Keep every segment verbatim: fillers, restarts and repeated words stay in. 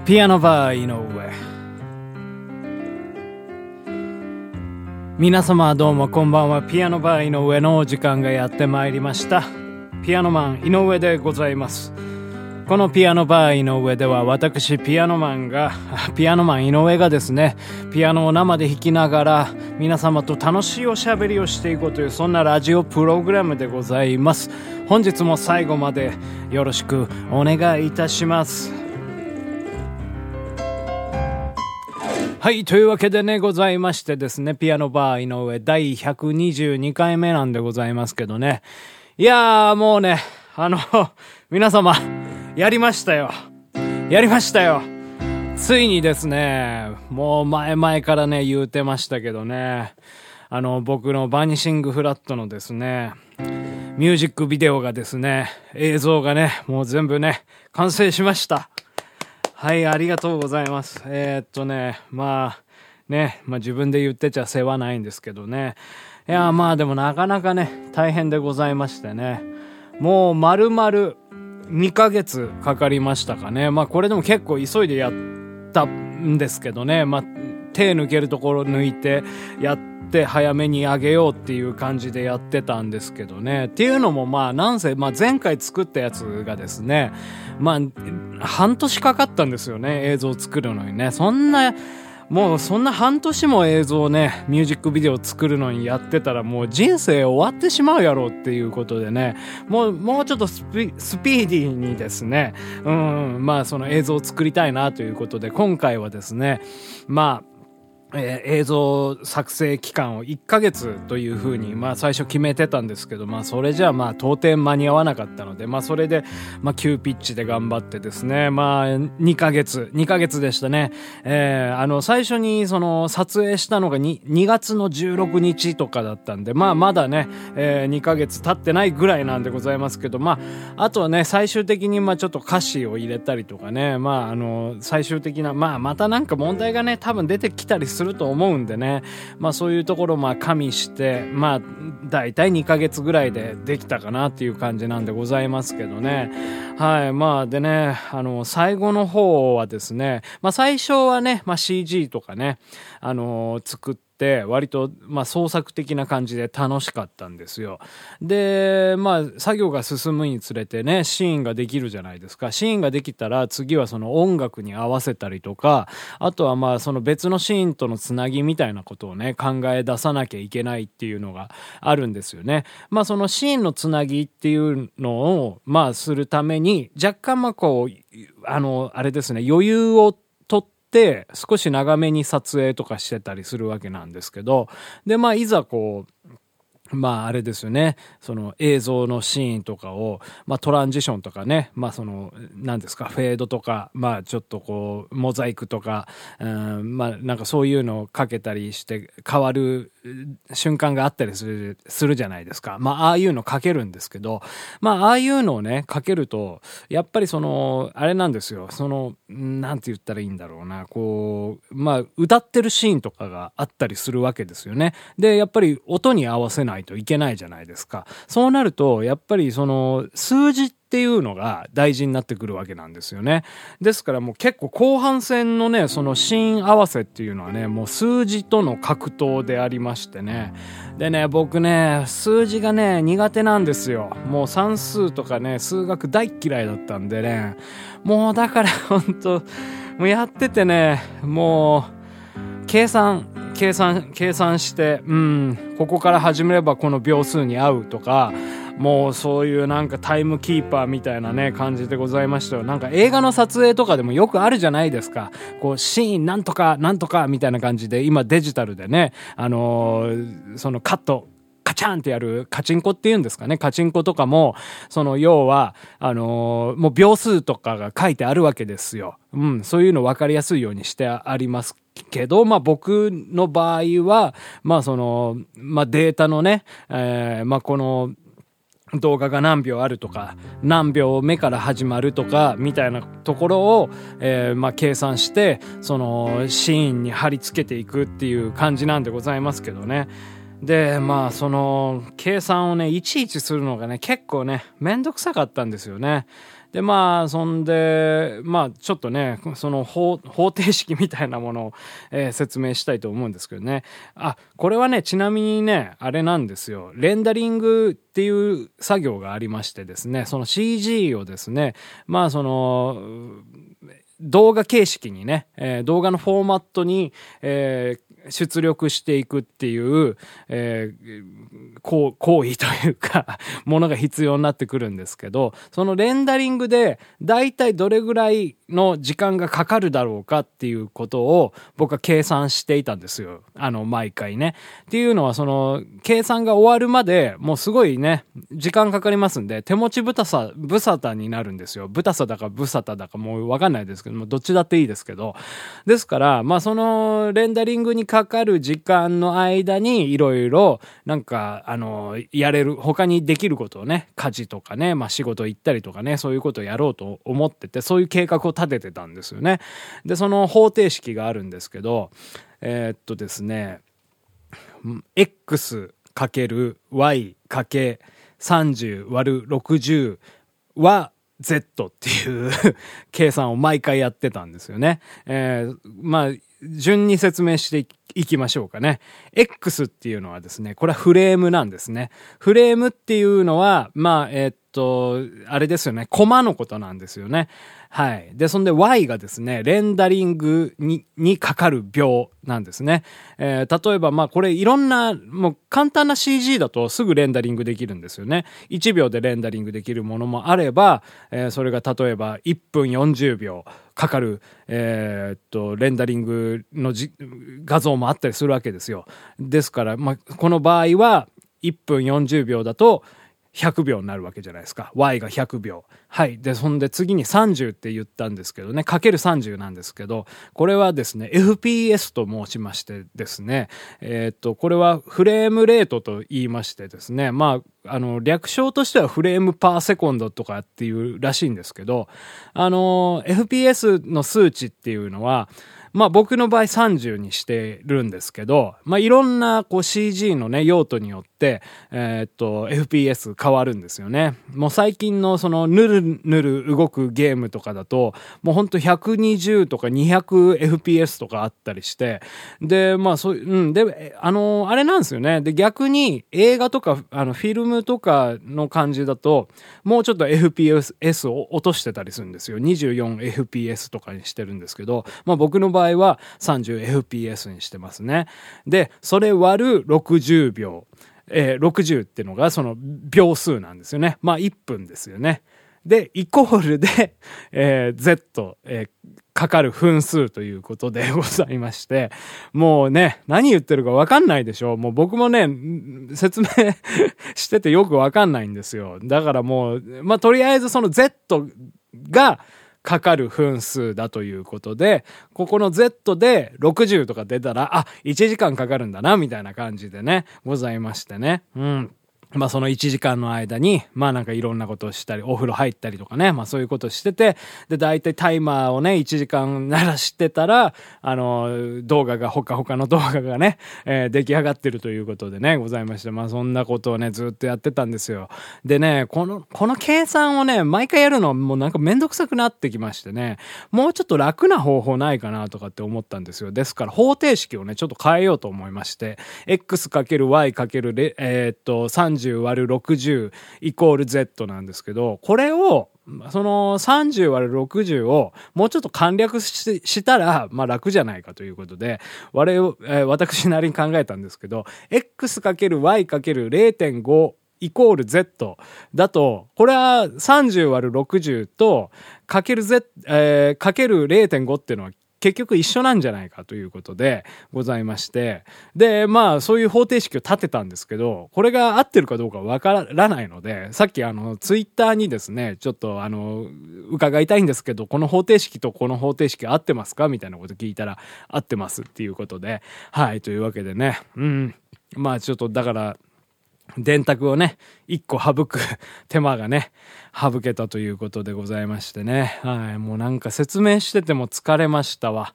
ピアノバー井上。皆様どうもこんばんは。ピアノバー井上のお時間がやってまいりました。ピアノマン井上でございます。このピアノバー井上では私ピアノマンがピアノマン井上がですね、ピアノを生で弾きながら皆様と楽しいおしゃべりをしていこうという、そんなラジオプログラムでございます。本日も最後までよろしくお願いいたします。はい、というわけでねございましてですね、ピアノバー井上だいひゃくにじゅうにかいめなんでございますけどね、いやーもうね、あの皆様やりましたよやりましたよついにですね、もう前々からね言うてましたけどね、あの僕のバニシングフラットのですねミュージックビデオがですね、映像がねもう全部ね完成しました。はい、ありがとうございます。えー、っとねまあねまあ自分で言ってちゃ世話ないんですけどね、いやまあでもなかなかね大変でございましてね、もう丸々にかげつかかりましたかね。まあこれでも結構急いでやったんですけどね、まあ手抜けるところ抜いてやって早めにあげようっていう感じでやってたんですけどね。っていうのもまあなんせ、まあ、前回作ったやつがですね、まあ半年かかったんですよね、映像作るのにね。そんなもうそんな半年も映像ねミュージックビデオ作るのにやってたらもう人生終わってしまうやろうっていうことでね、もうもうちょっとスピ、スピーディーにですね、うんまあその映像を作りたいなということで、今回はですねまあえー、映像作成期間をいっかげつというふうにまあ最初決めてたんですけど、まあそれじゃあまあ到底間に合わなかったので、まあそれでまあ急ピッチで頑張ってですね、まあにかげつにかげつでしたね。えー、あの最初にその撮影したのが 2, にがつのじゅうろくにちとかだったんで、まあまだね、えー、にかげつ経ってないぐらいなんでございますけど、まああとはね最終的にまあちょっと歌詞を入れたりとかね、まああの最終的なまあまたなんか問題がね多分出てきたりするすると思うんでね、まあそういうところまあ加味してまあだいたいにかげつぐらいでできたかなっていう感じなんでございますけどね。はい、まあでね、あの最後の方はですね、まあ最初はね、まあ シージー とかね、あの作ってで割とまあ創作的な感じで楽しかったんですよ。でまあ作業が進むにつれてねシーンができるじゃないですか。シーンができたら次はその音楽に合わせたりとか、あとはまあその別のシーンとのつなぎみたいなことをね考え出さなきゃいけないっていうのがあるんですよね。まあそのシーンのつなぎっていうのをまあするために若干まあこうあのあれですね余裕を取ってで少し長めに撮影とかしてたりするわけなんですけど、でまあいざこうまああれですよね、その映像のシーンとかをまあトランジションとかね、まあその何ですかフェードとかまあちょっとこうモザイクとか、うんまあなんかそういうのをかけたりして変わる瞬間があったりするするじゃないですか。まあああいうのかけるんですけど、まあああいうのをねかけるとやっぱりそのあれなんですよ、そのなんて言ったらいいんだろうな、こうまあ歌ってるシーンとかがあったりするわけですよね。でやっぱり音に合わせないといけないじゃないですか。そうなるとやっぱりその数字っていうのが大事になってくるわけなんですよね。ですからもう結構後半戦のねそのシーン合わせっていうのはねもう数字との格闘でありましてね。でね僕ね数字がね苦手なんですよ。もう算数とかね数学大嫌いだったんでね、もうだから本当もうやっててねもう計算計算計算してうんここから始めればこの秒数に合うとか、もうそういうなんかタイムキーパーみたいなね感じでございましたよ。なんか映画の撮影とかでもよくあるじゃないですか。こうシーンなんとかなんとかみたいな感じで今デジタルでねあのー、そのカットカチャンってやるカチンコっていうんですかね、カチンコとかもその要はあのー、もう秒数とかが書いてあるわけですよ。うんそういうの分かりやすいようにしてありますけど、まあ僕の場合はまあそのまあデータのね、えー、まあこの動画が何秒あるとか何秒目から始まるとかみたいなところを、えー、まあ計算してそのシーンに貼り付けていくっていう感じなんでございますけどね。 で、まあ、その、計算をね、いちいちするのがね、結構ね、めんどくさかったんですよね。で、まあ、そんで、まあ、ちょっとね、その方、方程式みたいなものを、えー説明したいと思うんですけどね。あ、これはね、ちなみにね、あれなんですよ。レンダリングっていう作業がありましてですね、その シージー をですね、まあ、その、動画形式にね、えー動画のフォーマットに、えー出力していくっていう、えー、こう行為というかものが必要になってくるんですけど、そのレンダリングでだいたいどれぐらいの時間がかかるだろうかっていうことを僕は計算していたんですよ。あの毎回ね。っていうのはその計算が終わるまでもうすごいね時間かかりますんで、手持ちぶたさぶさたになるんですよ。ぶたさだかぶさただかもうわかんないですけども、どっちだっていいですけど、ですからまあそのレンダリングにかかる時間の間にいろいろなんかあのやれる他にできることをね、家事とかね、まあ仕事行ったりとかね、そういうことをやろうと思ってて、そういう計画を立ててたんですよね。でその方程式があるんですけど、えー、っとですね x かける y かけさんじゅう割るろくじゅうはZ っていう計算を毎回やってたんですよね。えー、まあ順に説明していきましょうかね。X っていうのはですね、これはフレームなんですね。フレームっていうのは、まあ、えー、っと、あれですよね、コマのことなんですよね。はい。で、そんで Y がですね、レンダリングに、にかかる秒なんですね。えー、例えば、まあ、これいろんな、もう簡単な シージー だとすぐレンダリングできるんですよね。いちびょうでレンダリングできるものもあれば、えー、それが例えばいっぷんよんじゅうびょうかかる、えー、っと、レンダリングのじ画像もあったりするわけですよ。ですから、まあ、この場合はいっぷんよんじゅうびょうだと、ひゃくびょうになるわけじゃないですか。Y がひゃくびょう。はい。で、そんで次にさんじゅうって言ったんですけどね、かけるさんじゅうなんですけど、これはですね、エフピーエス と申しましてですね、えー、っと、これはフレームレートと言いましてですね、まあ、あの、略称としてはフレームパーセコンドとかっていうらしいんですけど、あの、エフピーエス の数値っていうのは、まあ僕の場合さんじゅうにしてるんですけど、まあいろんなこう シージー のね用途によって、えー、っと エフピーエス 変わるんですよね。もう最近のそのぬるぬる動くゲームとかだと、もうほんとひゃくにじゅうとか にひゃくエフピーエス とかあったりして、で、まあそう、うん、で、あの、あれなんですよね。で、逆に映画とか、あの、フィルムとかの感じだと、もうちょっと エフピーエス を落としてたりするんですよ。にじゅうよんエフピーエス とかにしてるんですけど、まあ僕の場合は さんじゅうエフピーエス にしてますね。で、それ割るろくじゅうびょう。えー、ろくじゅうっていうのがその秒数なんですよね。まあいっぷんですよね。で、イコールで、えー、Z、えー、かかる分数ということでございまして、もうね、何言ってるかわかんないでしょ。もう僕もね、説明しててよくわかんないんですよ。だからもう、まあ、とりあえずその Z がかかる分数だということで、ここの Z でろくじゅうとか出たら、あ、いちじかんかかるんだな、みたいな感じでね、ございましてね。うん。まあそのいちじかんの間に、まあなんかいろんなことをしたり、お風呂入ったりとかね、まあそういうことをしてて、で、大体タイマーをね、いちじかん鳴らしてたら、あの、動画が、ほかほかの動画がね、えー、出来上がってるということでね、ございまして、まあそんなことをね、ずっとやってたんですよ。でね、この、この計算をね、毎回やるのもうなんかめんどくさくなってきましてね、もうちょっと楽な方法ないかなとかって思ったんですよ。ですから方程式をね、ちょっと変えようと思いまして、x×y× えー、っと、さんじゅう割るろくじゅうイコール Z なんですけど、これを、そのさんじゅう割るろくじゅうをもうちょっと簡略 し, したら、まあ楽じゃないかということで、我々、えー、私なりに考えたんですけど、x×y× れいてんごイコール Z だと、これはさんじゅう割るろくじゅうと、かける Z、えー、かける れいてんご っていうのは結局一緒なんじゃないかということでございまして。で、まあそういう方程式を立てたんですけど、これが合ってるかどうかわからないので、さっきあのツイッターにですね、ちょっとあの、伺いたいんですけど、この方程式とこの方程式合ってますかみたいなこと聞いたら、合ってますっていうことで、はい、というわけでね、うん。まあちょっとだから、電卓をね、一個省く手間がね、省けたということでございましてね。はい。もうなんか説明してても疲れましたわ。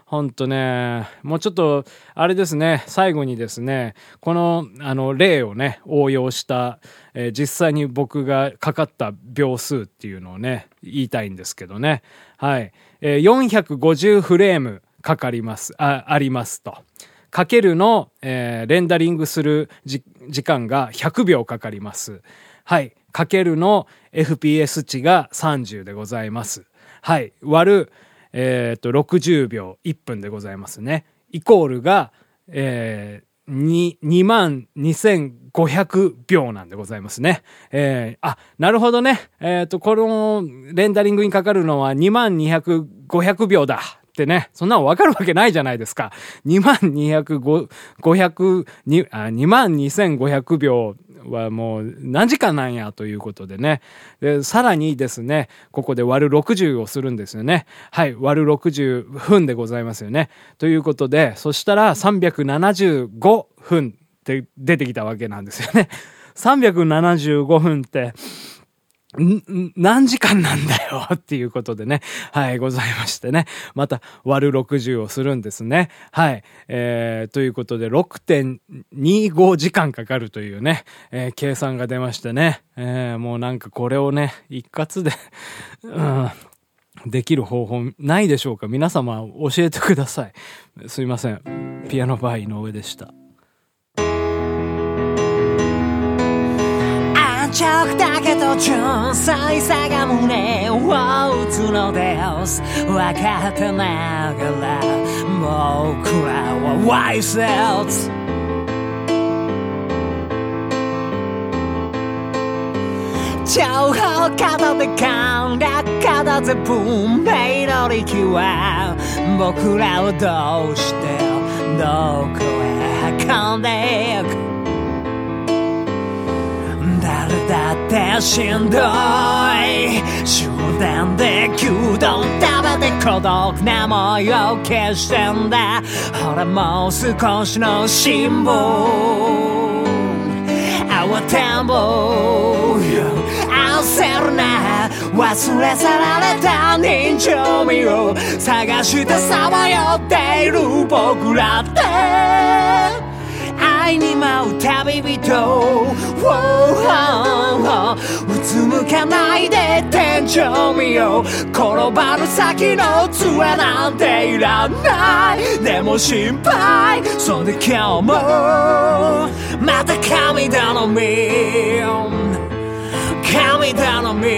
ほんとね、もうちょっと、あれですね、最後にですね、この、あの、例をね、応用した、えー、実際に僕がかかった秒数っていうのをね、言いたいんですけどね。はい。えー、よんひゃくごじゅうフレームかかります、あ、ありますと。かけるの、えー、レンダリングするじ時間がひゃくびょうかかります。はい。かけるの エフピーエス 値がさんじゅうでございます。はい。割る、えー、っと、ろくじゅうびょう、いっぷんでございますね。イコールが、えー、にまんにせんごひゃくびょうなんでございますね。えー、あ、なるほどね。えー、っと、このレンダリングにかかるのはにまんにひゃくごひゃくびょうだ。ってね、そんなの分かるわけないじゃないですか。にまんにひゃくごひゃく、にまんにせんごひゃくびょうはもう何時間なんやということでね。で、さらにですね、ここで割るろくじゅうをするんですよね。はい、割るろくじゅうふんでございますよね。ということで、そしたらさんびゃくななじゅうごふんって出てきたわけなんですよね。さんびゃくななじゅうごふんって、ん、何時間なんだよっていうことでね。はい、ございましてね。また割るろくじゅうをするんですね。はい。えー、ということで ろくてんにご 時間かかるというね、えー、計算が出ましてね。えー、もうなんかこれをね、一括で、うん、できる方法ないでしょうか。皆様教えてください。すいません。ピアノバー井上でした。 ちょくだけと純粋さが胸を打つのです分かってながら僕らはワイセルツ情報片手簡略片手文明の力は僕らをどうしてどこへ運んでいく誰だってしんどい集団で牛丼食べて孤独な模様を消してんだほらもう少しの辛抱慌てんぼ焦るな忘れ去られた人情味を探してさまよっている僕らって愛に舞う旅人うつむかないで天井見よ転ばる先の杖なんていらないでも心配それで今日もまた神頼み神頼み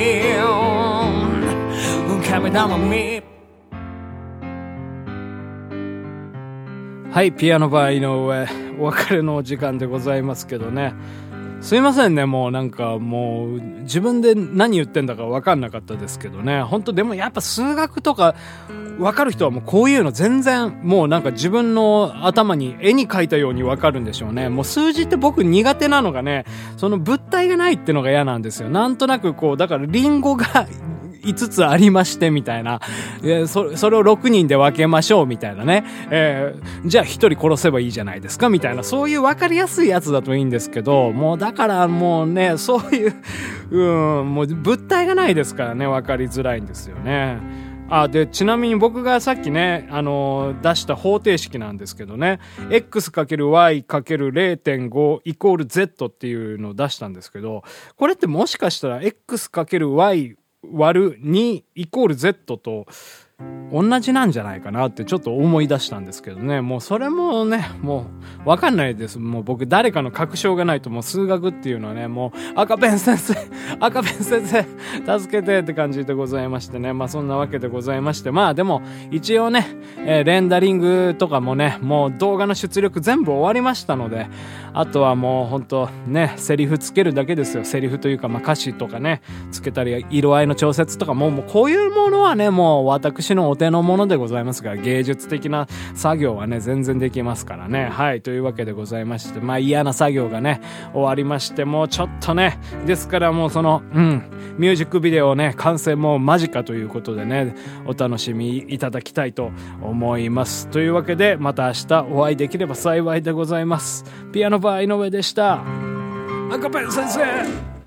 神頼みはい、ピアノバー井上、お別れのお時間でございますけどね。すいませんね、もうなんかもう自分で何言ってんだか分かんなかったですけどね。本当でもやっぱ数学とか分かる人はもうこういうの全然もうなんか自分の頭に絵に描いたように分かるんでしょうね。もう数字って僕苦手なのがね、その物体がないってのが嫌なんですよ。なんとなくこう、だからリンゴがいつつありましてみたいな、えー、そ, それをろくにんで分けましょうみたいなね、えー、じゃあひとり殺せばいいじゃないですかみたいな、そういう分かりやすいやつだといいんですけど、もうだからもうね、そういう、うん、もう物体がないですからね、分かりづらいんですよね。あ、で、ちなみに僕がさっきね、あのー、出した方程式なんですけどね、エックスかけるワイかけるゼロてんご イコール Z っていうのを出したんですけど、これってもしかしたら エックスかけるワイ割るにイコール Z と同じなんじゃないかなってちょっと思い出したんですけどね。もうそれもね、もうわかんないです。もう僕誰かの確証がないともう数学っていうのはね、もう赤ペン先生、赤ペン先生、助けてって感じでございましてね。まあそんなわけでございまして。まあでも一応ね、えー、レンダリングとかもね、もう動画の出力全部終わりましたので、あとはもうほんとね、セリフつけるだけですよ。セリフというかまあ歌詞とかね、つけたり色合いの調節とかも、もうこういうものはね、もう私のお手のものでございますが、芸術的な作業はね全然できますからね。はい、というわけでございまして、まあ嫌な作業がね終わりまして、もうちょっとね、ですからもうそのうんミュージックビデオね完成も間近ということでね、お楽しみいただきたいと思います。というわけでまた明日お会いできれば幸いでございます。ピアノバー井上でした。赤ペン先生。